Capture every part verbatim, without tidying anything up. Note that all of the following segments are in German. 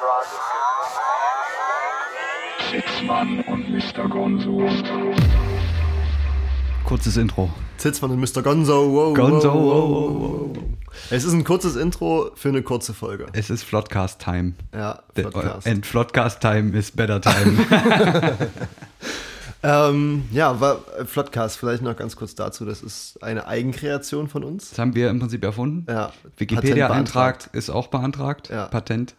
Zitzmann und Mister Gonzo. Kurzes Intro. Zitzmann und Mister Gonzo. Wow, Gonzo. wow, wow, wow. Es ist ein kurzes Intro für eine kurze Folge. Es ist Floodcast Time. Ja, Floodcast. And Floodcast Time is better time. ähm, ja, war Floodcast, vielleicht noch ganz kurz dazu. Das ist eine Eigenkreation von uns. Das haben wir im Prinzip erfunden. Ja, Wikipedia-Eintrag ist auch beantragt. Ja. Patent.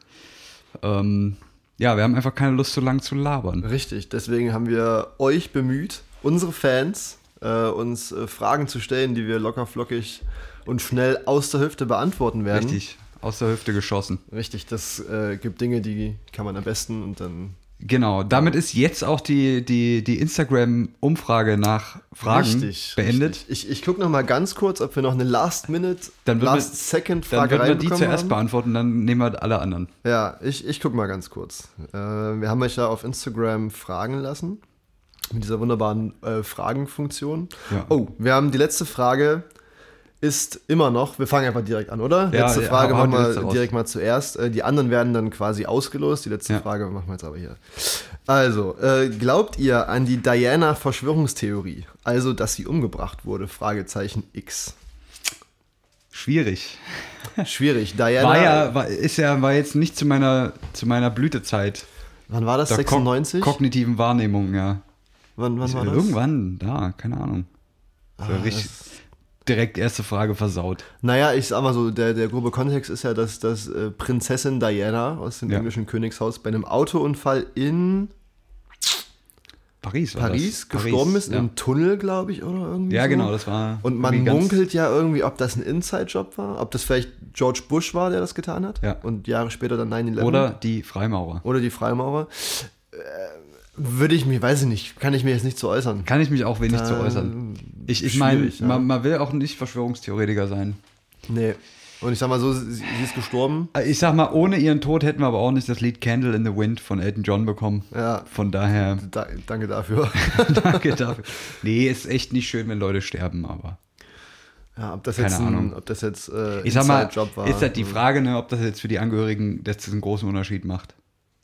Ähm, ja, wir haben einfach keine Lust, so lang zu labern. Richtig, deswegen haben wir euch bemüht, unsere Fans, äh, uns äh, Fragen zu stellen, die wir locker flockig und schnell aus der Hüfte beantworten werden. Richtig, aus der Hüfte geschossen. Richtig, das äh, gibt Dinge, die kann man am besten und dann... Genau, damit ist jetzt auch die, die, die Instagram-Umfrage nach Fragen richtig, beendet. Richtig. Ich, ich gucke noch mal ganz kurz, ob wir noch eine Last-Minute, Dann Last-Second-Frage würden wir die zuerst haben. beantworten, dann nehmen wir alle anderen. Ja, ich, ich gucke mal ganz kurz. Äh, wir haben euch ja auf Instagram fragen lassen, mit dieser wunderbaren äh, Fragenfunktion. Ja. Oh, wir haben die letzte Frage, ist immer noch, wir fangen einfach direkt an, oder? Ja, letzte ja, Frage hau machen die wir letzte raus. direkt mal zuerst. Äh, die anderen werden dann quasi ausgelost. Die letzte Ja. Frage machen wir jetzt aber hier. Also, äh, glaubt ihr an die Diana-Verschwörungstheorie? Also, dass sie umgebracht wurde? Fragezeichen X. Schwierig. Schwierig. Diana, War ja, war, ist ja, war jetzt nicht zu meiner, zu meiner Blütezeit. wann war das? Der sechsundneunzig? Ko- kognitiven Wahrnehmung, ja. wann, wann war das? Irgendwann, da, keine Ahnung. So Ah, richtig das- direkt erste Frage versaut. Naja, ich sag mal so, der, der grobe Kontext ist ja, dass, dass äh, Prinzessin Diana aus dem Ja. englischen Königshaus bei einem Autounfall in Paris war Paris das. gestorben ist, ja. im Tunnel, glaube ich, oder irgendwie Ja, so. genau, das war. Und man irgendwie ganz- munkelt ja irgendwie, ob das ein Inside-Job war, ob das vielleicht George Bush war, der das getan hat. Ja. Und Jahre später dann neun elf. Oder die Freimaurer. Oder die Freimaurer. Äh, würde ich mir, weiß ich nicht, kann ich mir jetzt nicht so äußern. Kann ich mich auch wenig zu Ähm, äußern. Ich, ich meine, schwierig, ja. man, man will auch nicht Verschwörungstheoretiker sein. Nee. Und ich sag mal so, sie, sie ist gestorben. Ich sag mal, ohne ihren Tod hätten wir aber auch nicht das Lied Candle in the Wind von Elton John bekommen. Ja. Von daher, Da, danke dafür. danke dafür. Nee, ist echt nicht schön, wenn Leute sterben, aber Ja, ob das Keine jetzt ein, Ahnung. ob das jetzt äh, ich sag mal, Inside-Job war. ist halt die Frage, ne, ob das jetzt für die Angehörigen das einen großen Unterschied macht.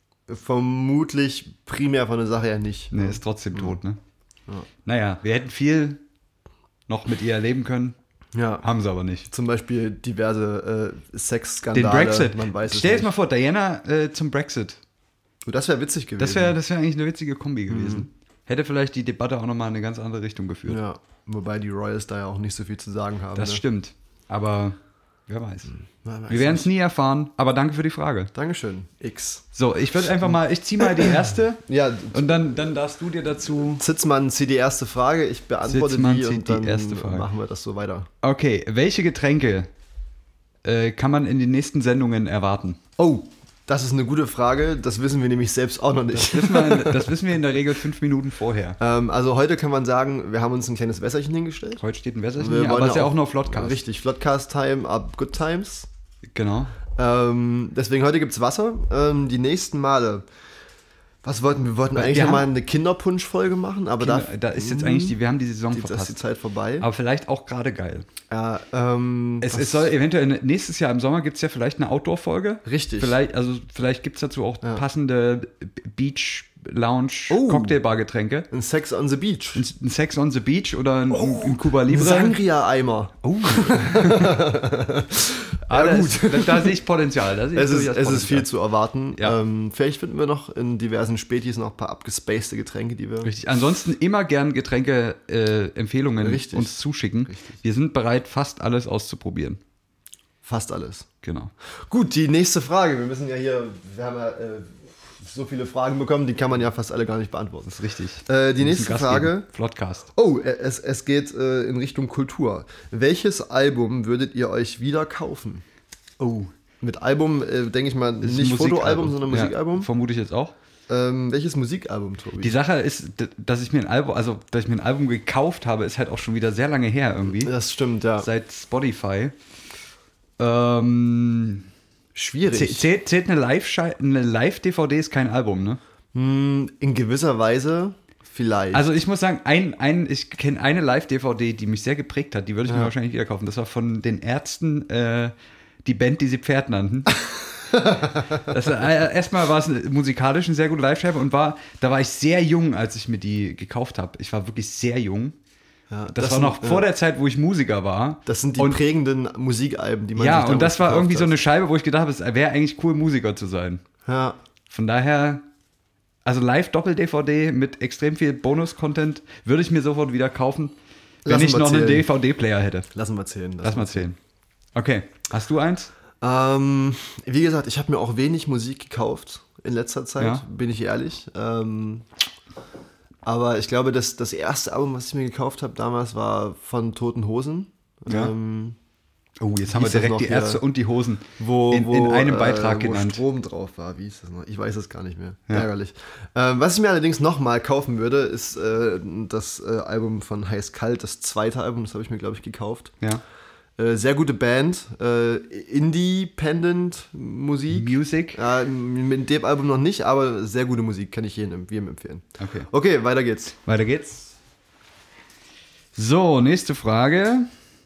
Vermutlich primär von der Sache her nicht. Ne, ist trotzdem tot, ne? Ja. Naja, wir hätten viel noch mit ihr erleben können, Ja. haben sie aber nicht. Zum Beispiel diverse äh, Den Sexskandale. Brexit. Man weiß es Stell dir nicht. mal vor, Diana äh, zum Brexit. Oh, das wäre witzig gewesen. Das wäre das wär eigentlich eine witzige Kombi gewesen. Mhm. Hätte vielleicht die Debatte auch nochmal in eine ganz andere Richtung geführt. Ja, wobei die Royals da ja auch nicht so viel zu sagen haben. Das ne? stimmt. Aber wer weiß. Man weiß Wir werden es nicht. nie erfahren, aber danke für die Frage. Dankeschön. X. So, ich würde einfach mal, ich ziehe mal die erste Ja, und dann, dann darfst du dir dazu. Zitzmann zieht die erste Frage, ich beantworte Zitzmann die zieht und die dann erste Frage. machen wir das so weiter. Okay, welche Getränke äh, kann man in den nächsten Sendungen erwarten? Oh, das ist eine gute Frage. Das wissen wir nämlich selbst auch noch nicht. Das wissen wir, in- das wissen wir in der Regel fünf Minuten vorher. ähm, also heute kann man sagen, wir haben uns ein kleines Wässerchen hingestellt. Heute steht ein Wässerchen Wir hier, wollen aber es ist ja auch- auch noch Floodcast. Richtig, Floodcast-Time ab Good Times. Genau. Ähm, deswegen heute gibt's Wasser. Ähm, die nächsten Male. Was wollten wir? Wir wollten Wir eigentlich noch haben- mal eine Kinderpunsch-Folge machen, aber Kinder, da, da ist jetzt eigentlich die, wir haben die Saison die, das ist die verpasst. Zeit vorbei. Aber vielleicht auch gerade geil. Ja, ähm, Es, was- es soll eventuell nächstes Jahr im Sommer gibt es ja vielleicht eine Outdoor-Folge. Richtig. Vielleicht, also vielleicht gibt es dazu auch Ja. passende Beach Lounge Oh. Cocktailbar-Getränke. ein Sex on the Beach. Ein, ein Sex on the Beach oder ein, ein Cuba Libre. Sangria-Eimer. Oh. Ja, da gut. Ist, da, da sehe ich Potenzial. Da sehe ich Es ist, durchaus es ist Potenzial. viel zu erwarten. Ja. Ähm, vielleicht finden wir noch in diversen Spätis noch ein paar abgespacede Getränke, die wir. Richtig. Ansonsten immer gern Getränke-Empfehlungen Richtig. uns zuschicken. Richtig. Wir sind bereit, fast alles auszuprobieren. Fast alles. Genau. Gut, die nächste Frage. Wir müssen ja hier, wir haben ja äh, so viele Fragen bekommen, die kann man ja fast alle gar nicht beantworten. Das ist richtig. Äh, die Wir müssen nächste Gas Frage. geben. Floodcast. Oh, äh, es, es geht äh, in Richtung Kultur. Welches Album würdet ihr euch wieder kaufen? Oh. Mit Album, äh, denke ich mal, Das ist nicht ein Fotoalbum, sondern Ja, Musikalbum. vermute ich jetzt auch. Ähm, welches Musikalbum, Tobi? Die Sache ist, d- dass ich mir ein Album, also dass ich mir ein Album gekauft habe, ist halt auch schon wieder sehr lange her irgendwie. das stimmt, ja. Seit Spotify. Ähm, Schwierig. zäh- zählt, zählt eine Live-Schei- eine Live-D V D ist kein Album, ne? Hm, in gewisser Weise vielleicht. Also ich muss sagen, ein, ein, ich kenne eine Live-D V D, die mich sehr geprägt hat, die würde ich mir Ja. wahrscheinlich wieder kaufen. Das war von den Ärzten, äh, die Band, die sie Pferd nannten. Das, äh, erstmal war es musikalisch eine sehr gute Live-Scheibe und war, da war ich sehr jung, als ich mir die gekauft habe. Ich war wirklich sehr jung. Ja, das, das war sind, noch vor ja. der Zeit, wo ich Musiker war. Das sind die und, prägenden Musikalben, die man Ja, sich und das war gekauft irgendwie so hat. eine Scheibe, wo ich gedacht habe, es wäre eigentlich cool, Musiker zu sein. Ja. Von daher, also Live-Doppel-D V D mit extrem viel Bonus-Content würde ich mir sofort wieder kaufen, wenn Lassen ich wir noch einen zählen. D V D-Player hätte. Lassen wir zählen. Lass mal zählen. Okay, hast du eins? Ähm, wie gesagt, ich habe mir auch wenig Musik gekauft in letzter Zeit, Ja. bin ich ehrlich. Ähm, aber ich glaube, das, das erste Album, was ich mir gekauft habe damals, war von Toten Hosen. Ja. Ähm, Oh, jetzt haben wir hieß das direkt noch die hier? Ärzte und die Hosen wo, in, wo, in einem äh, Beitrag wo genannt. Strom drauf war. Wie hieß das noch? Ich weiß es gar nicht mehr. Ja. Ärgerlich. Ähm, was ich mir allerdings nochmal kaufen würde, ist äh, das äh, Album von Heiß Kalt, das zweite Album, das habe ich mir, glaube ich, gekauft. Ja. Äh, sehr gute Band, äh, Independent Musik. Music. Äh, mit dem Album noch nicht, aber sehr gute Musik, kann ich jedem, jedem empfehlen. Okay. Okay, weiter geht's. Weiter geht's. So, nächste Frage.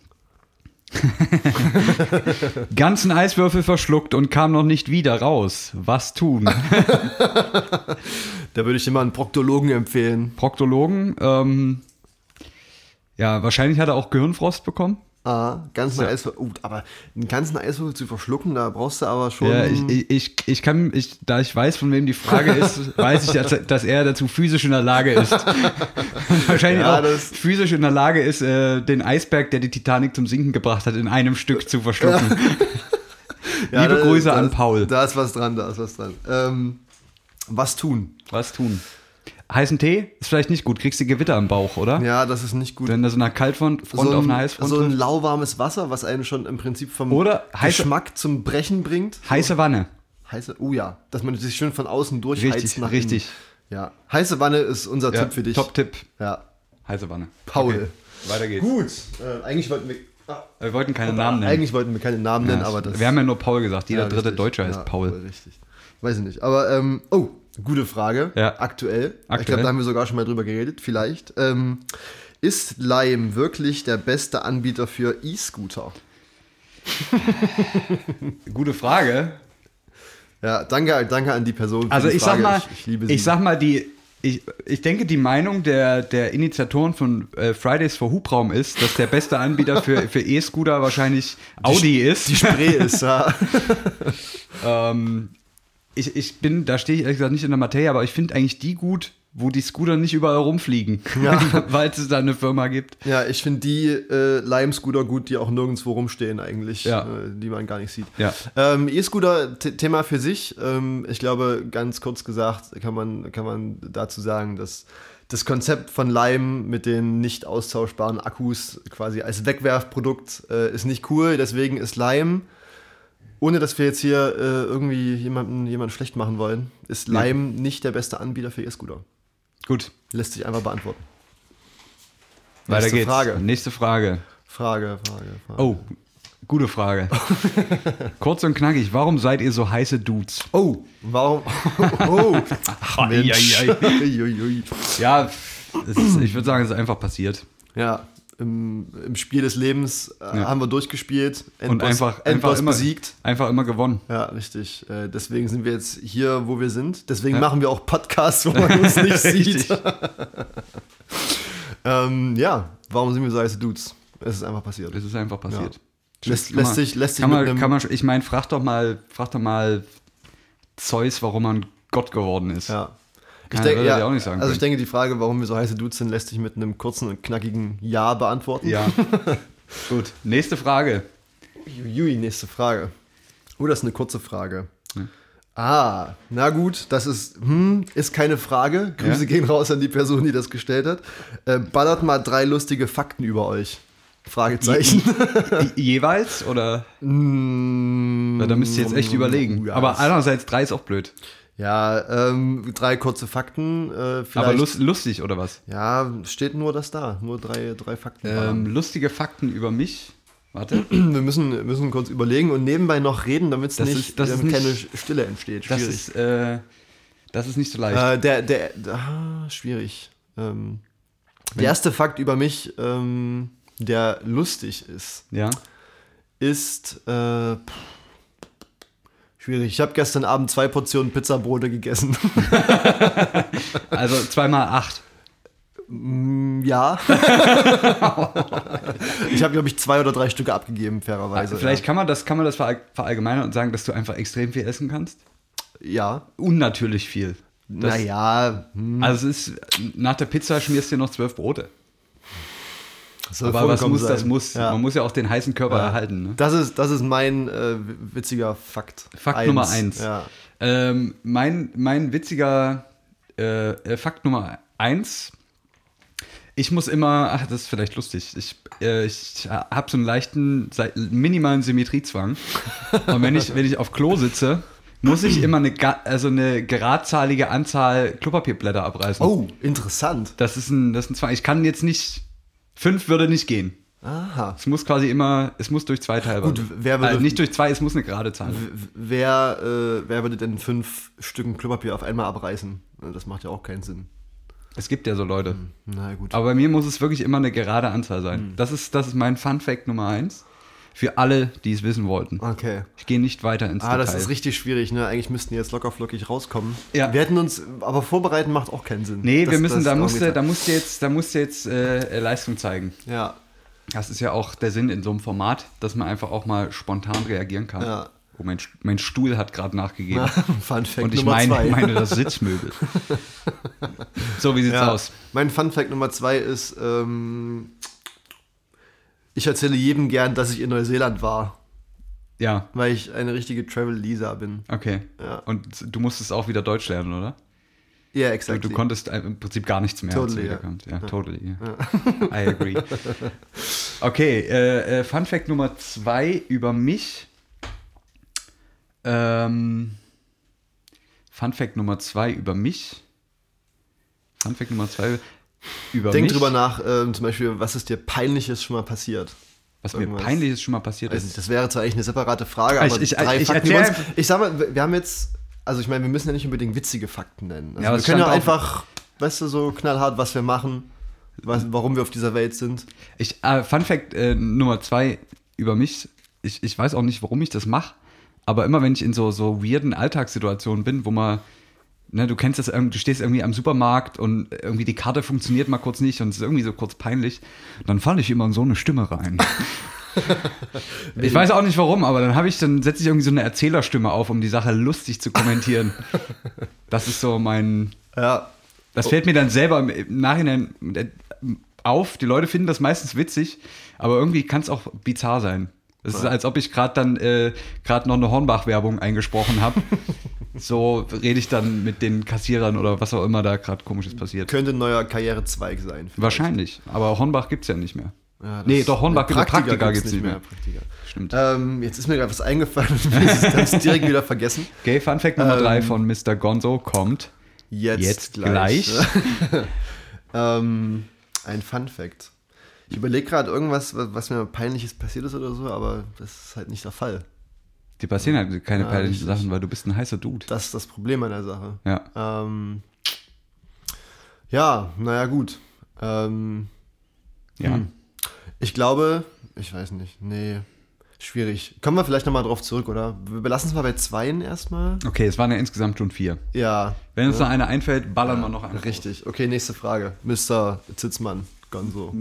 Ganzen Eiswürfel verschluckt und kam noch nicht wieder raus. Was tun? Da würde ich dir mal einen Proktologen empfehlen. Proktologen. Ähm, ja, wahrscheinlich hat er auch Gehirnfrost bekommen. Ah, ganzen Ja. Eiswürfel. Uh, aber einen ganzen Eiswürfel zu verschlucken, da brauchst du aber schon. Ja, ich, ich, ich, ich kann, ich, da ich weiß, von wem die Frage ist, weiß ich, dass, dass er dazu physisch in der Lage ist. Wahrscheinlich Ja, auch das- physisch in der Lage ist, äh, den Eisberg, der die Titanic zum Sinken gebracht hat, in einem Stück zu verschlucken. Ja, Liebe da- Grüße da, an Paul. Da ist was dran, da ist was dran. Ähm, was tun? Was tun? Heißen Tee ist vielleicht nicht gut. Kriegst du Gewitter im Bauch, oder? Ja, das ist nicht gut. Wenn da so eine Kaltfront Front so auf ein, eine Heißfront so ein trifft. lauwarmes Wasser, was einen schon im Prinzip vom Oder heiße- Geschmack zum Brechen bringt. Heiße Wanne. Heiße, oh ja, dass man sich schön von außen durchheizt Richtig, nach richtig. innen. Ja, heiße Wanne ist unser Ja, Tipp für dich. Top-Tipp. Ja, Heiße Wanne. Paul. Okay, weiter geht's. Gut, äh, eigentlich wollten wir, ah, Wir wollten keine Namen nennen. eigentlich wollten wir keine Namen nennen, Ja, aber das. wir haben ja nur Paul gesagt. Jeder ja, dritte richtig. Deutsche heißt Ja, Paul. Richtig. Weiß ich nicht. Aber, ähm, oh, gute Frage. Ja. Aktuell. Ich Aktuell. glaube, da haben wir sogar schon mal drüber geredet, vielleicht. Ähm, ist Lime wirklich der beste Anbieter für E-Scooter? Gute Frage. Ja, danke, danke an die Person für Also die ich Frage. sag mal, ich, ich liebe sie. ich sag mal, die, ich, ich denke, die Meinung der, der Initiatoren von äh, Fridays for Hubraum ist, dass der beste Anbieter für, für E-Scooter wahrscheinlich Audi ist. Die Spree ist, ja. ähm, ich, ich bin, da stehe ich ehrlich gesagt nicht in der Materie, aber ich finde eigentlich die gut, wo die Scooter nicht überall rumfliegen, Ja. weil es da eine Firma gibt. Ja, ich finde die äh, Lime-Scooter gut, die auch nirgendwo rumstehen eigentlich, Ja. äh, die man gar nicht sieht. Ja. Ähm, E-Scooter, T- Thema für sich. Ähm, ich glaube, ganz kurz gesagt, kann man, kann man dazu sagen, dass das Konzept von Lime mit den nicht austauschbaren Akkus quasi als Wegwerfprodukt äh, ist nicht cool. Deswegen ist Lime, ohne dass wir jetzt hier äh, irgendwie jemanden, jemanden schlecht machen wollen, ist Ja. Lime nicht der beste Anbieter für E-Scooter. Gut, Lässt sich einfach beantworten. weiter Nächste geht's. Frage. Nächste Frage. Frage, Frage, Frage. Oh, gute Frage. Kurz und knackig, warum seid ihr so heiße Dudes? Oh, warum? Oh, ach Mensch. Ei, ei, Uiuiui. Ja, es ist, ich würde sagen, es ist einfach passiert. Ja, im, im Spiel des Lebens äh, Ja. haben wir durchgespielt. Und einfach, einfach, Endboss immer, besiegt. einfach immer gewonnen. Ja, richtig. Äh, deswegen sind wir jetzt hier, wo wir sind. Deswegen Ja. machen wir auch Podcasts, wo man uns nicht Richtig. sieht. ähm, ja, warum sind wir so heiße Dudes? Es ist einfach passiert. Es ist einfach passiert. Lässt, Kann lässt man- sich, lässt sich Kann mit man, einem... kann man, ich meine, frag doch mal, frag doch mal Zeus, warum man Gott geworden ist. ja. Ich Keiner denke, würde ja, dir auch nicht sagen also ich können. denke, die Frage, warum wir so heiße Dudes sind, lässt sich mit einem kurzen und knackigen Ja beantworten. Ja. Gut. Nächste Frage. Jui, nächste Frage. Oh, das ist eine kurze Frage. Ah, na gut, das ist, hm, ist keine Frage. Grüße Ja. gehen raus an die Person, die das gestellt hat. Äh, ballert mal drei lustige Fakten über euch. Fragezeichen. Je- Jeweils oder? Mm, Ja, da müsst ihr jetzt echt überlegen. ja, Aber das- andererseits drei ist auch blöd. Ja, ähm, drei kurze Fakten. Äh, vielleicht, Aber lust, lustig oder was? Ja, steht nur das da. Nur drei, drei Fakten. Ähm, lustige Fakten über mich. Warte. wir müssen, müssen kurz überlegen und nebenbei noch reden, damit es Das nicht, ist- das ist damit keine nicht- Stille entsteht. Das Schwierig. ist, äh, das ist nicht so leicht. Äh, der, der, der ah, schwierig. Ähm, der erste Fakt über mich, ähm, der lustig ist, ja. ist, äh, pff, Schwierig. Ich habe gestern Abend zwei Portionen Pizzabrote gegessen. Also zweimal acht. Ja. Ich habe, glaube ich, zwei oder drei Stücke abgegeben, fairerweise. Vielleicht ja. kann man das, kann man das verall- verallgemeinern und sagen, dass du einfach extrem viel essen kannst? Ja. Unnatürlich viel. Das, Naja. Hm. Also es ist, nach der Pizza schmierst du dir noch zwölf Brote. Soll Aber was vorgekommen muss, das sein. muss. Ja. Man muss ja auch den heißen Körper Ja. erhalten. Ne? Das ist, das ist mein äh, witziger Fakt. Fakt eins. Nummer eins. Ja. Ähm, mein, mein witziger äh, äh, Fakt Nummer eins. Ich muss immer, ach, das ist vielleicht lustig. Ich, äh, ich habe so einen leichten, se- minimalen Symmetriezwang. Und wenn ich, wenn ich auf Klo sitze, muss ich immer eine, ga- also eine geradzahlige Anzahl Klopapierblätter abreißen. Oh, interessant. Das ist ein, das ist ein Zwang. Ich kann jetzt nicht, fünf würde nicht gehen. Aha. Es muss quasi immer, es muss durch zwei teilbar. Gut, wer würde- äh, nicht durch zwei, es muss eine gerade Zahl. W- Wer, äh, wer würde denn fünf Stücken Klopapier auf einmal abreißen? Das macht ja auch keinen Sinn. Es gibt ja so Leute. Na gut. Aber bei mir muss es wirklich immer eine gerade Anzahl sein. Das ist, das ist mein Fun-Fact Nummer eins. Für alle, die es wissen wollten. Okay. Ich gehe nicht weiter ins Ah, Detail. das ist richtig schwierig, ne? Eigentlich müssten die jetzt locker flockig rauskommen. Ja. Wir hätten uns, aber vorbereiten macht auch keinen Sinn. Nee, Das- wir müssen, das da ist musst du, irgendwie- da musst du jetzt, da musst du jetzt äh, Leistung zeigen. Ja, Das ist ja auch der Sinn in so einem Format, dass man einfach auch mal spontan reagieren kann. Ja. Oh, mein, St- mein Stuhl hat gerade nachgegeben. Fun Fact Und ich Nummer meine, zwei. meine das Sitzmöbel. So, wie sieht's Ja. aus? Mein Fun Fact Nummer zwei ist, ähm, ich erzähle jedem gern, dass ich in Neuseeland war, Ja, weil ich eine richtige Travel-Lisa bin. okay. Ja. Und du musstest auch wieder Deutsch lernen, oder? Ja, Du, exakt. du konntest im Prinzip gar nichts mehr. als du Totally, ja. wiederkamst. Ja, totally. Ja. I agree. Okay, äh, äh, Fun Fact Nummer zwei über mich. Ähm, Fun Fact Nummer zwei über mich. Fun Fact Nummer zwei über Denk mich. drüber nach, ähm, zum Beispiel, was ist dir Peinliches schon mal passiert? Was mir irgendwas. Peinliches schon mal passiert Weiß ist. nicht, das wäre zwar eigentlich eine separate Frage, Ich- aber ich- drei ich Fakten über uns. erklär- Ich sag mal, wir wir haben jetzt, also ich meine, wir müssen ja nicht unbedingt witzige Fakten nennen. Also Ja, wir es können ja stand einfach, weißt du, so knallhart, was wir machen, was, warum wir auf dieser Welt sind. Ich, äh, Fun Fact äh, Nummer zwei über mich. Ich, ich weiß auch nicht, warum ich das mache, aber immer wenn ich in so, so weirden Alltagssituationen bin, wo man, ne, du kennst das, irgendwie, du stehst irgendwie am Supermarkt und irgendwie die Karte funktioniert mal kurz nicht und es ist irgendwie so kurz peinlich, dann falle ich immer in so eine Stimme rein. Ich weiß auch nicht warum, aber dann habe ich, dann setze ich irgendwie so eine Erzählerstimme auf, um die Sache lustig zu kommentieren. Das ist so mein, Ja, das fällt mir dann selber im- im Nachhinein auf. Die Leute finden das meistens witzig, aber irgendwie kann es auch bizarr sein. Es ist, als ob ich gerade dann äh, gerade noch eine Hornbach-Werbung eingesprochen habe. So rede ich dann mit den Kassierern oder was auch immer da gerade Komisches passiert. könnte ein neuer Karrierezweig sein. vielleicht. Wahrscheinlich, aber Hornbach gibt es ja nicht mehr. Ja, das- Nee, doch, Hornbach gibt es, Praktika gibt's gibt's nicht mehr. Praktika. Stimmt. Ähm, jetzt ist mir gerade was eingefallen und ich habe es direkt wieder vergessen. Okay, Fun Fact Nummer ähm, drei von Mister Gonzo kommt Jetzt, jetzt gleich. gleich. ähm, ein Fun Fact. Ich überlege gerade irgendwas, was, was mir peinliches passiert ist oder so, aber das ist halt nicht der Fall. Die passieren halt keine Ja, peinlichen richtig. Sachen, weil du bist ein heißer Dude. Das ist das Problem an der Sache. Ja. Ähm, ja, naja, gut. Ähm, Ja. hm. Ich glaube, ich weiß nicht, nee, schwierig. Kommen wir vielleicht nochmal drauf zurück, oder? Wir belassen es mal bei zweien erstmal. Okay, es waren ja insgesamt schon vier. Ja. Wenn uns ja. noch einer einfällt, ballern wir noch einen. Richtig. Okay, nächste Frage. Mister Zitzmann, Gonzo.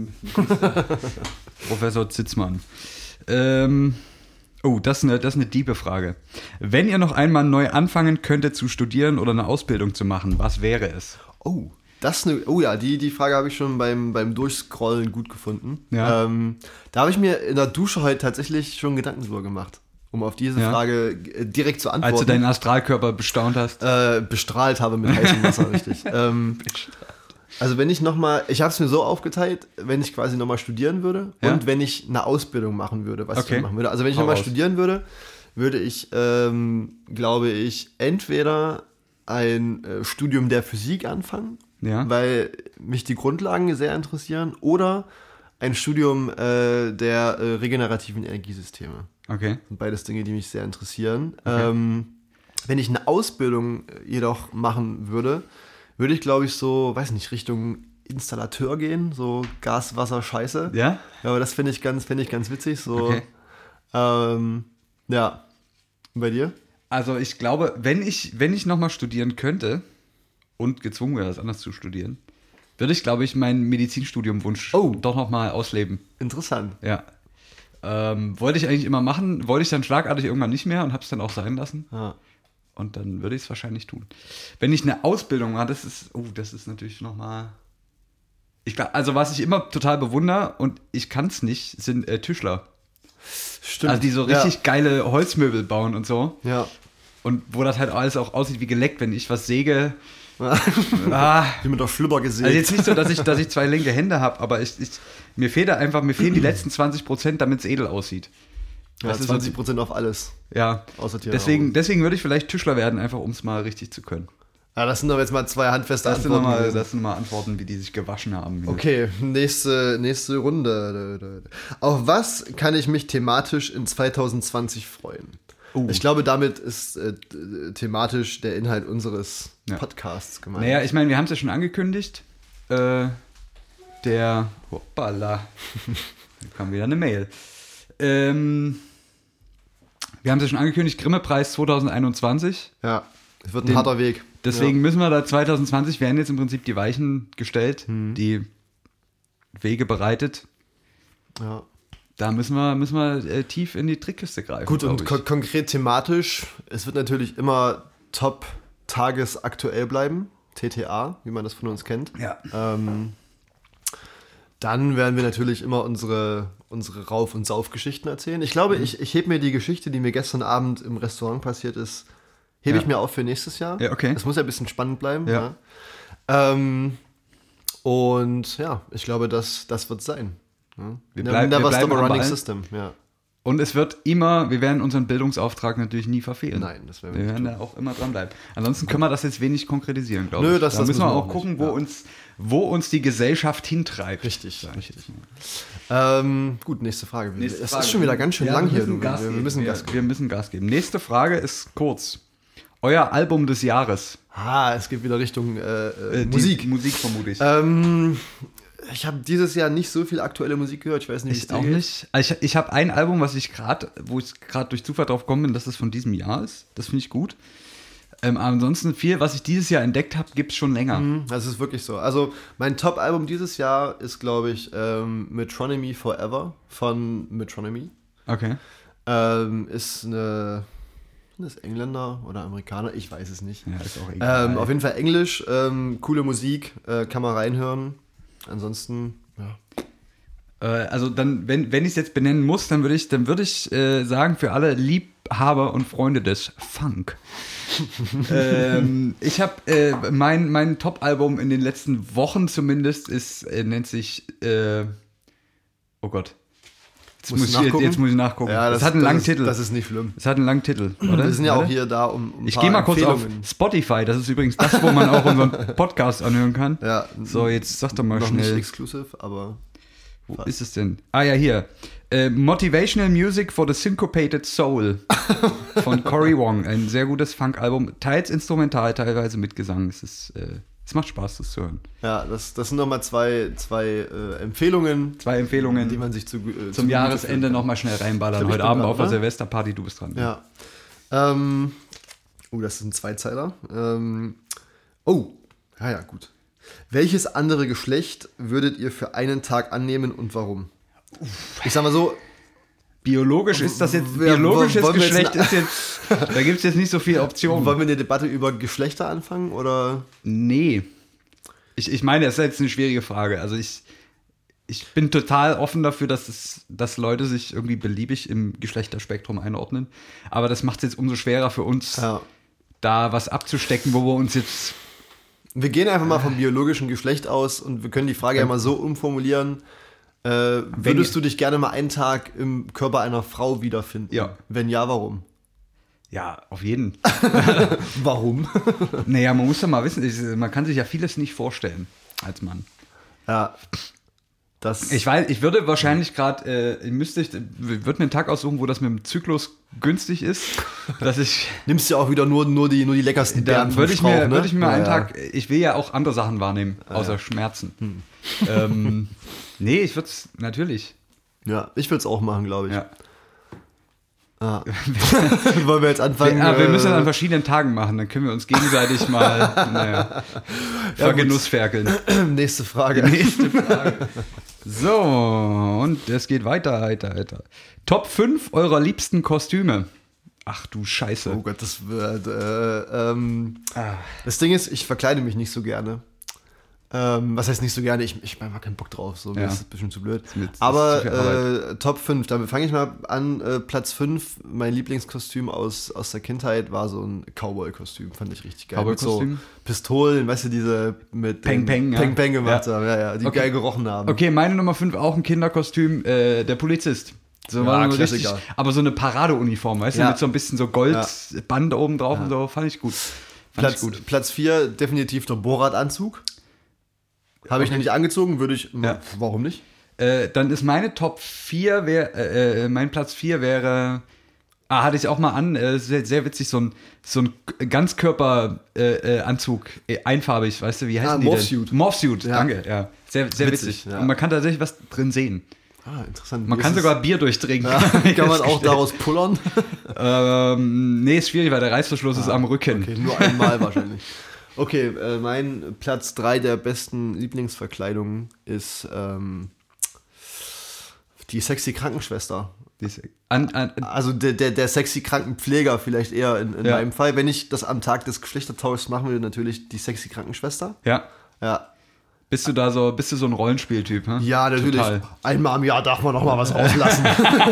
Professor Zitzmann. Ähm, oh, das ist, eine, das ist eine diebe Frage. Wenn ihr noch einmal neu anfangen könntet zu studieren oder eine Ausbildung zu machen, was wäre es? Oh, das ist eine, oh ja, die, die Frage habe ich schon beim, beim Durchscrollen gut gefunden. Ja. Ähm, da habe ich mir in der Dusche heute tatsächlich schon Gedanken drüber gemacht, um auf diese Ja. Frage äh, direkt zu antworten. Als du deinen Astralkörper bestaunt hast. äh, bestrahlt habe mit heißem Wasser, richtig. Ähm, also wenn ich nochmal, ich habe es mir so aufgeteilt, wenn ich quasi nochmal studieren würde Ja. und wenn ich eine Ausbildung machen würde, was ich Okay. dann machen würde. Also wenn ich Hau nochmal raus. studieren würde, würde ich, ähm, glaube ich, entweder ein äh, Studium der Physik anfangen, Ja. weil mich die Grundlagen sehr interessieren, oder ein Studium äh, der äh, regenerativen Energiesysteme. Okay. Das sind beides Dinge, die mich sehr interessieren. Okay. Ähm, wenn ich eine Ausbildung jedoch machen würde, würde ich, glaube ich, so, weiß nicht, Richtung Installateur gehen, so Gas, Wasser, Scheiße. Ja? Ja, aber das finde ich ganz, finde ich ganz witzig. So, Okay. ähm, ja. Und bei dir? Also ich glaube, wenn ich, wenn ich nochmal studieren könnte und gezwungen wäre, das anders zu studieren, würde ich, glaube ich, meinen Medizinstudium-Wunsch Oh. doch nochmal ausleben. Interessant. Ja. Ähm, wollte ich eigentlich immer machen, wollte ich dann schlagartig irgendwann nicht mehr und habe es dann auch sein lassen. Ja. Und dann würde ich es wahrscheinlich tun. Wenn ich eine Ausbildung mache, das ist, oh, das ist natürlich nochmal. Ich glaube, also was ich immer total bewundere und ich kann es nicht, sind äh, Tischler. Stimmt. Also die so richtig geile Holzmöbel bauen und so. Ja. Und wo das halt alles auch aussieht wie geleckt, wenn ich was säge. ah, Wie mit der Flipper gesehen. also jetzt nicht so, dass ich, dass ich zwei linke Hände habe, aber ich, ich, mir fehlt da einfach, mir fehlen die letzten zwanzig Prozent, damit es edel aussieht. ja, Das ist zwanzig Prozent auf alles. Ja, Außer Tiere. deswegen, deswegen würde ich vielleicht Tischler werden, einfach um es mal richtig zu können. Ja, das sind doch jetzt mal zwei handfeste Das sind Antworten. nochmal gewesen. das sind mal Antworten, wie die sich gewaschen haben. Okay, nächste, nächste Runde. Auf was kann ich mich thematisch in zwanzig zwanzig freuen? Oh. Ich glaube, damit ist äh, thematisch der Inhalt unseres Ja. Podcasts gemeint. Naja, ich meine, wir haben es ja schon angekündigt. Äh, der. Hoppala. Da kam wieder eine Mail. Ähm, wir haben es ja schon angekündigt, Grimme-Preis zwanzig einundzwanzig. Ja, es wird ein Den- harter Weg. Deswegen Ja. müssen wir da zwanzig zwanzig werden jetzt im Prinzip die Weichen gestellt, Mhm. die Wege bereitet. Ja. Da müssen wir, müssen wir äh, tief in die Trickkiste greifen. Gut, und glaub ko ich. konkret thematisch, es wird natürlich immer top tagesaktuell bleiben. T T A, wie man das von uns kennt. Ja. Ähm, dann werden wir natürlich immer unsere, unsere Rauf- und Saufgeschichten erzählen. Ich glaube, Mhm. ich, ich hebe mir die Geschichte, die mir gestern Abend im Restaurant passiert ist, hebe Ja. ich mir auf für nächstes Jahr. Ja, okay. Es muss ja ein bisschen spannend bleiben. Ja. Ja. Ähm, und ja, ich glaube, das, das wird sein. Ja. Wir Ne- bleib- wir Never bleiben stop a am running Ball. system. Ja. Und es wird immer, wir werden unseren Bildungsauftrag natürlich nie verfehlen. Nein, das werden wir Wir nicht werden da auch immer dranbleiben. Ansonsten können wir das jetzt wenig konkretisieren, glaube Nö, ich. das- da das müssen wir müssen wir auch auch gucken, nicht. wo, Ja. uns, wo uns die Gesellschaft hintreibt. Richtig, sag ich richtig. jetzt Ähm, gut, nächste Frage. Nächste es Frage. ist schon wieder ganz schön Ja, lang wir hier. müssen Du. Gas Wir, wir geben. müssen wir, Gas geben. wir müssen Gas geben. Nächste Frage ist kurz. Euer Album des Jahres. Ah, es geht wieder Richtung äh, äh, Äh, die- Musik. Musik vermute ich. Ähm, ich habe dieses Jahr nicht so viel aktuelle Musik gehört. Ich weiß nicht, wie es ich dir auch geht. nicht. Also ich ich habe ein Album, was ich gerade, wo ich gerade durch Zufall drauf gekommen bin, dass es von diesem Jahr ist. Das finde ich gut. Ähm, ansonsten viel, was ich dieses Jahr entdeckt habe, gibt es schon länger. Mhm, Das ist wirklich so. Also mein Top-Album dieses Jahr ist, glaube ich, ähm, Metronomy Forever von Metronomy. Okay. Ähm, ist eine sind das Engländer oder Amerikaner? Ich weiß es nicht. Ja, ist auch egal. Ähm, auf jeden Fall Englisch, ähm, coole Musik, äh, kann man reinhören. Ansonsten, ja. Äh, also dann, wenn, wenn ich es jetzt benennen muss, dann würde ich, dann würde ich äh, sagen, für alle Liebhaber und Freunde des Funk. ähm, ich habe äh, mein, mein Top-Album in den letzten Wochen zumindest ist, äh, nennt sich äh, oh Gott. Jetzt Musst muss, du ich, jetzt, nachgucken? jetzt muss ich nachgucken. Ja, Es hat einen langen ist, Titel. Das ist nicht schlimm. Es hat einen langen Titel, oder? Wir sind ja auch Warte. hier da, um, um ein Ich paar gehe mal kurz auf Empfehlungen. Spotify. Das ist übrigens das, wo man auch unseren Podcast anhören kann. Ja, So, jetzt sag doch mal noch nicht schnell. exclusive, aber Wo fast. ist es denn? Ah ja, hier. Äh, Motivational Music for the Syncopated Soul von Cory Wong. Ein sehr gutes Funk-Album. Teils instrumental, teilweise mit Gesang. Es, ist, äh, es macht Spaß, das zu hören. ja, das, das sind nochmal zwei, zwei äh, Empfehlungen, Zwei Empfehlungen die man sich zu, äh, zum zu Jahresende nochmal schnell reinballern. Ich glaub, ich Heute bin Abend dran, auf der oder? Silvesterparty, du bist dran. Ja. Ähm, oh, das ist ein Zweizeiler. Ähm, oh, ja, ja, gut. Welches andere Geschlecht würdet ihr für einen Tag annehmen und warum? Ich sag mal so, Biologisch ist das jetzt, Ja, biologisches wollen wir jetzt Geschlecht na- ist jetzt, da gibt es jetzt nicht so viele Optionen. wollen wir eine Debatte über Geschlechter anfangen oder? Nee. Ich, ich meine, das ist jetzt eine schwierige Frage. Also ich, ich bin total offen dafür, dass, es, dass Leute sich irgendwie beliebig im Geschlechterspektrum einordnen. Aber das macht es jetzt umso schwerer für uns, Ja. da was abzustecken, wo wir uns jetzt... Wir gehen einfach mal vom biologischen Geschlecht aus und wir können die Frage ja mal so umformulieren. Äh, würdest du dich gerne mal einen Tag im Körper einer Frau wiederfinden? Ja. Wenn ja, warum? Ja, auf jeden. Warum? Naja, man muss ja mal wissen, ich, man kann sich ja vieles nicht vorstellen als Mann. Ja. Das Ich weiß, ich würde wahrscheinlich gerade, äh, ich müsste, ich würde mir einen Tag aussuchen, wo das mit dem Zyklus günstig ist, dass ich, nimmst ja auch wieder nur, nur, die, nur die leckersten da Beeren vom würde ich Strauch, mir, ne? würde ich mir mal Ja, einen ja. Tag, ich will ja auch andere Sachen wahrnehmen, außer Schmerzen. Ähm, nee, ich würde es, natürlich, Ja, ich würde es auch machen, glaube ich. ja. Ah. Wollen wir jetzt anfangen? Wir, ah, wir müssen äh, das an verschiedenen Tagen machen, dann können wir uns gegenseitig mal naja, vergenussferkeln. Nächste Frage. Nächste Frage. So, und es geht weiter, weiter, weiter. Top fünf eurer liebsten Kostüme. Ach du Scheiße. Oh Gott, das wird. Äh, ähm, Ah. Das Ding ist, ich verkleide mich nicht so gerne. Ähm, was heißt nicht so gerne? Ich, ich habe keinen Bock drauf. So, mir Ja. ist das ein bisschen zu blöd. mir- das ist Aber zu viel Arbeit. äh, Top fünf, damit fange ich mal an. Äh, Platz fünf, mein Lieblingskostüm aus, aus der Kindheit war so ein Cowboy-Kostüm. Fand ich richtig geil. Mit so Cowboy-Kostüm? Pistolen, weißt du, diese mit Peng, den- Peng, ja. Peng Peng gemacht Ja. haben. Ja, ja, die Okay. geil gerochen haben. Okay, meine Nummer fünf auch ein Kinderkostüm, äh, der Polizist. So Ja, war so richtig, Klassiker. aber so eine Paradeuniform, weißt du, Ja. mit so ein bisschen so Goldband oben drauf und so, fand ich gut. Fand Platz, ich gut. Platz vier, definitiv der Borat-Anzug. Habe ich Okay. noch nicht angezogen, würde ich. Ja. Warum nicht? Äh, dann ist meine Top vier, wär, äh, äh, mein Platz vier wäre, ah, hatte ich auch mal an, äh, sehr, sehr witzig, so ein, so ein Ganzkörperanzug, äh, äh, Anzug, äh, einfarbig, weißt du, wie heißen Ah, die Morphsuit. denn? Morphsuit, Ja. danke, ja. Sehr, sehr Witzig, witzig. ja. Und man kann tatsächlich was drin sehen. Ah, interessant. Man Wie kann ist es- sogar Bier durchtrinken. Ja, kann man auch daraus pullern? ähm, nee, ist schwierig, weil der Reißverschluss ist am Rücken. Okay, nur einmal wahrscheinlich. Okay, äh, mein Platz drei der besten Lieblingsverkleidungen ist ähm, die sexy Krankenschwester. Diese- An, an, Also der, der, der sexy Krankenpfleger vielleicht eher in, in Ja. meinem Fall. Wenn ich das am Tag des Geschlechtertauschs machen will, natürlich die sexy Krankenschwester. ja. Ja, Bist du da so, bist du so ein Rollenspieltyp, ne? ja natürlich. Total. Einmal im Jahr darf man noch mal was rauslassen.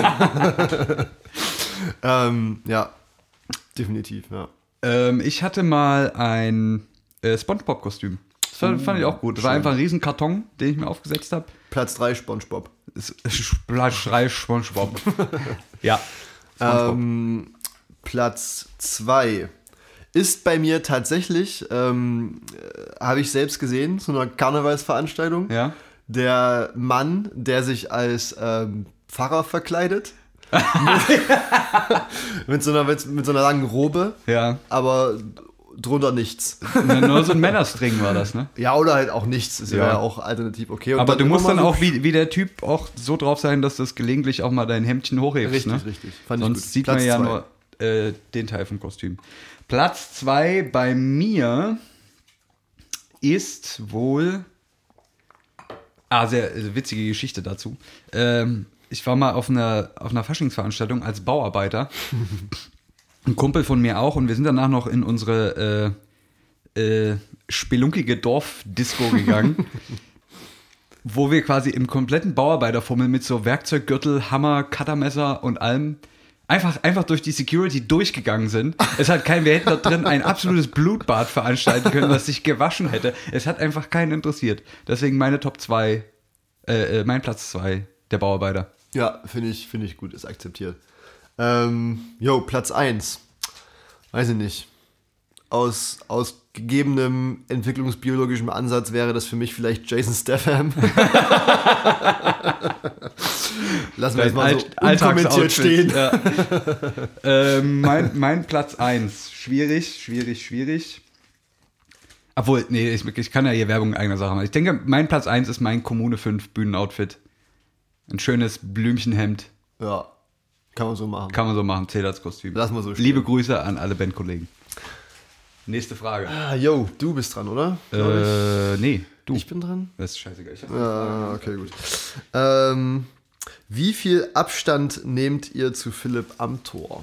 ähm, ja, definitiv, ja. Ähm, ich hatte mal ein äh, Spongebob-Kostüm. Das fand, fand ich auch gut. Das war schön. einfach ein riesen Karton, den ich mir aufgesetzt habe. Platz drei, SpongeBob. Schrei Spongebob. ja. SpongeBob. Ähm, Platz zwei ist bei mir tatsächlich, ähm, äh, habe ich selbst gesehen, zu einer Karnevalsveranstaltung, ja. der Mann, der sich als ähm, Pfarrer verkleidet. mit, so einer, mit, mit so einer langen Robe, Ja. aber drunter nichts. Nur nur so ein Männerstring war das, ne? Ja, oder halt auch nichts. Ist ja, Ja. auch alternativ okay. Und Aber du immer musst mal dann so- auch wie, wie der Typ auch so drauf sein, dass du es gelegentlich auch mal dein Hemdchen hochhebst. Richtig, ne? richtig. Fand ich Sonst gut. sieht Platz man ja zwei. nur äh, den Teil vom Kostüm. Platz zwei bei mir ist wohl. Ah, sehr äh, witzige Geschichte dazu. Ähm, ich war mal auf einer, auf einer Faschingsveranstaltung als Bauarbeiter. Ein Kumpel von mir auch und wir sind danach noch in unsere äh, äh, spelunkige Dorfdisco gegangen, wo wir quasi im kompletten Bauarbeiterfummel mit so Werkzeuggürtel, Hammer, Cuttermesser und allem einfach, einfach durch die Security durchgegangen sind. Es hat kein, wir hätten dort drin ein absolutes Blutbad veranstalten können, was sich gewaschen hätte. Es hat einfach keinen interessiert. Deswegen meine Top zwei, äh, äh, mein Platz zwei, der Bauarbeiter. Ja, finde ich, finde ich gut, ist akzeptiert. Ähm, jo, Platz eins. Weiß ich nicht. Aus, aus gegebenem entwicklungsbiologischem Ansatz wäre das für mich vielleicht Jason Statham. Lassen wir jetzt mal so unkommentiert stehen. Ja. ähm, mein, mein Platz eins. Schwierig, schwierig, schwierig. Obwohl, nee, ich, ich kann ja hier Werbung in eigener Sache machen. Ich denke, mein Platz eins ist mein Kommune fünf Bühnenoutfit. Ein schönes Blümchenhemd. Ja, kann man so machen. Kann man so machen, zählt als Kostüm. Lass mal so stehen. Liebe Grüße an alle Bandkollegen. Nächste Frage. Ah, yo, du bist dran, oder? Glaub Äh, nee, du. ich. ich bin dran? Das ist scheißegal. Ich hab Ah, okay, gut. Ähm, wie viel Abstand nehmt ihr zu Philipp Amthor?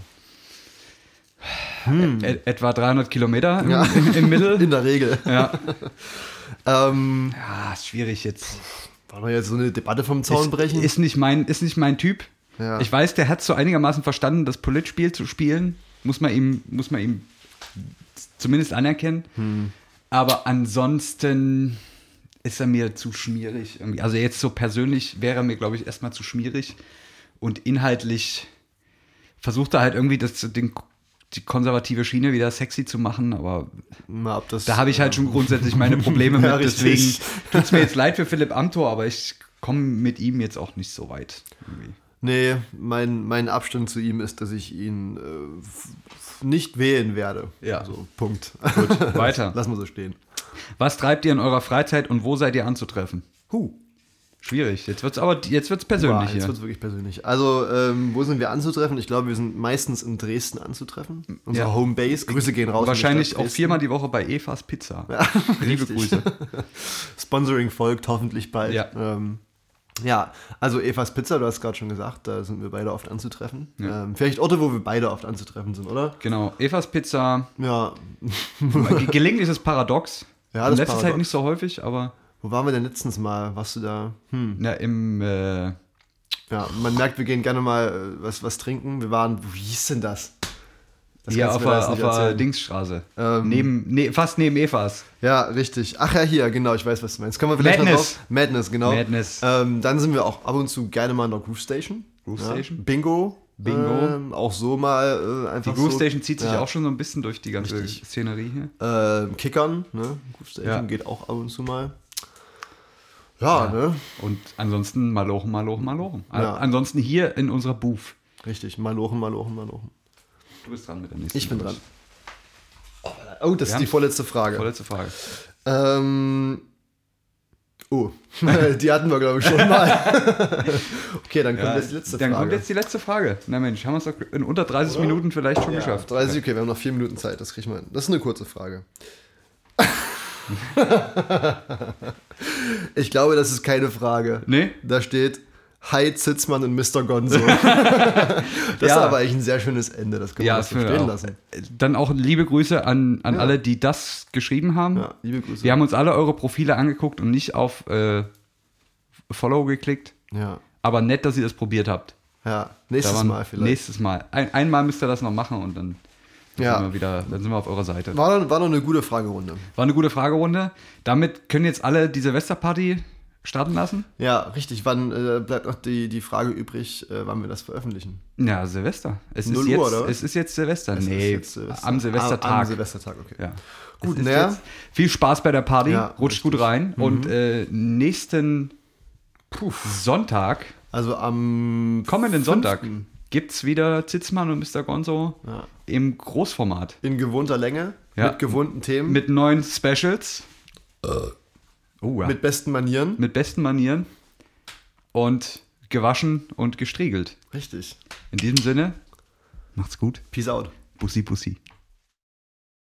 et etwa dreihundert Kilometer im, Ja. im, im Mittel. In der Regel. Ja. Ähm, ja, ist schwierig jetzt. wollen wir jetzt so eine Debatte vom Zaun Ist, brechen? ist, nicht mein, ist nicht mein Typ. Ja. Ich weiß, der hat so einigermaßen verstanden, das Politspiel zu spielen. Muss man ihm, muss man ihm zumindest anerkennen. Hm. Aber ansonsten ist er mir zu schmierig. Irgendwie. Also jetzt so persönlich wäre er mir, glaube ich, erstmal zu schmierig. Und inhaltlich versucht er halt irgendwie das, den, die konservative Schiene wieder sexy zu machen. Aber Mal, ob das, da habe ich halt schon grundsätzlich meine Probleme mit. Ja, Deswegen richtig. tut es mir jetzt leid für Philipp Amthor, aber ich komme mit ihm jetzt auch nicht so weit. Irgendwie. Nee, mein, mein Abstand zu ihm ist, dass ich ihn äh, f- f- nicht wählen werde. Ja. So, Punkt. Gut, weiter. Lass mal so stehen. Was treibt ihr in eurer Freizeit und wo seid ihr anzutreffen? Huh. Schwierig. Jetzt wird's aber jetzt wird's Boah, persönlich jetzt hier. wird es wirklich persönlich. Also, ähm, wo sind wir anzutreffen? Ich glaube, wir sind meistens in Dresden anzutreffen. Unsere Ja. Homebase. Grüße gehen raus. in die Wahrscheinlich Stadt auch Dresden. viermal die Woche bei Evas Pizza. Liebe Richtig. Grüße. Sponsoring folgt hoffentlich bald. Ja. Ähm, ja, also Evas Pizza, du hast gerade schon gesagt, da sind wir beide oft anzutreffen. Ja. Ähm, vielleicht Orte, wo wir beide oft anzutreffen sind, oder? Genau. Evas Pizza. Ja. Ge- Gelegentlich ist es paradox. Ja, In das letzter Zeit Paradox. nicht so häufig, aber Wo waren wir denn letztens mal? Warst du da? Hm. ja, im äh, Ja, man merkt, wir gehen gerne mal äh, was, was trinken. Wir waren, wie hieß denn das? Das hier kannst auf du mir der, jetzt auf nicht der erzählen. Dingsstraße. Ähm, neben, ne, fast neben Evas. Ja, richtig. Ach ja, hier, genau, ich weiß, was du meinst. Können wir vielleicht Madness. noch drauf? Madness, genau. Madness. Ähm, dann sind wir auch ab und zu gerne mal in der Groove Station. Groove ja. Station. Bingo. Bingo. Ähm, auch so mal äh, einfach Die Groove so. Station zieht sich ja. auch schon so ein bisschen durch die ganze Richtig. Szenerie hier. Ähm, Kickern, ne? Groove Station Ja. geht auch ab und zu mal. Ja, Ja. ne? Und ansonsten Malochen, Malochen, Malochen. Ja. Ansonsten hier in unserer Booth. Richtig. Malochen, Malochen, Malochen. Du bist dran mit der nächsten. Ich bin glaub dran. Oh, das Wir ist die haben's. vorletzte Frage. Vorletzte Frage. Ähm. Oh, die hatten wir, glaube ich, schon mal. Okay, dann kommt Ja, jetzt die letzte dann Frage. kommt jetzt die letzte Frage. Na Mensch, haben wir es doch in unter dreißig Minuten vielleicht schon Ja, geschafft. dreißig, okay, wir haben noch vier Minuten Zeit, das kriegen wir hin. Das ist eine kurze Frage. Ich glaube, das ist keine Frage. Nee? Da steht Hi Zitzmann und Mister Gonzo. Das ist Ja. aber eigentlich ein sehr schönes Ende, das können wir Ja, das so für stehen auch. lassen. Dann auch liebe Grüße an, an Ja. alle, die das geschrieben haben. Ja, liebe Grüße. Wir haben uns alle eure Profile angeguckt und nicht auf äh, Follow geklickt. Ja, Aber nett, dass ihr das probiert habt. ja. Da nächstes waren- Mal vielleicht. Nächstes Mal. Ein, einmal müsst ihr das noch machen und dann, dann, Ja. sind wir wieder, dann sind wir auf eurer Seite. War doch, war doch eine gute Fragerunde. War eine gute Fragerunde. Damit können jetzt alle die Silvesterparty starten lassen. Ja, richtig. Wann äh, bleibt noch die, die Frage übrig, äh, wann wir das veröffentlichen? Ja, Silvester. Es, ist null jetzt, Uhr, oder was? es ist jetzt Silvester. Es nee, ist jetzt Silvester. am Silvestertag. Am, am Silvestertag, okay. Ja. Gut, Es ist naja. jetzt viel Spaß bei der Party. Ja, Rutscht gut richtig. rein. Und äh, nächsten Puh. Sonntag, Also am kommenden Sonntag, fünften gibt es wieder Zitzmann und Mister Gonzo Ja. im Großformat. in gewohnter Länge, Ja. mit gewohnten Themen, Mit neuen Specials. Oh, ja. mit besten Manieren. mit besten Manieren. Und gewaschen und gestriegelt. Richtig. In diesem Sinne, macht's gut. Peace out. Bussi, Bussi.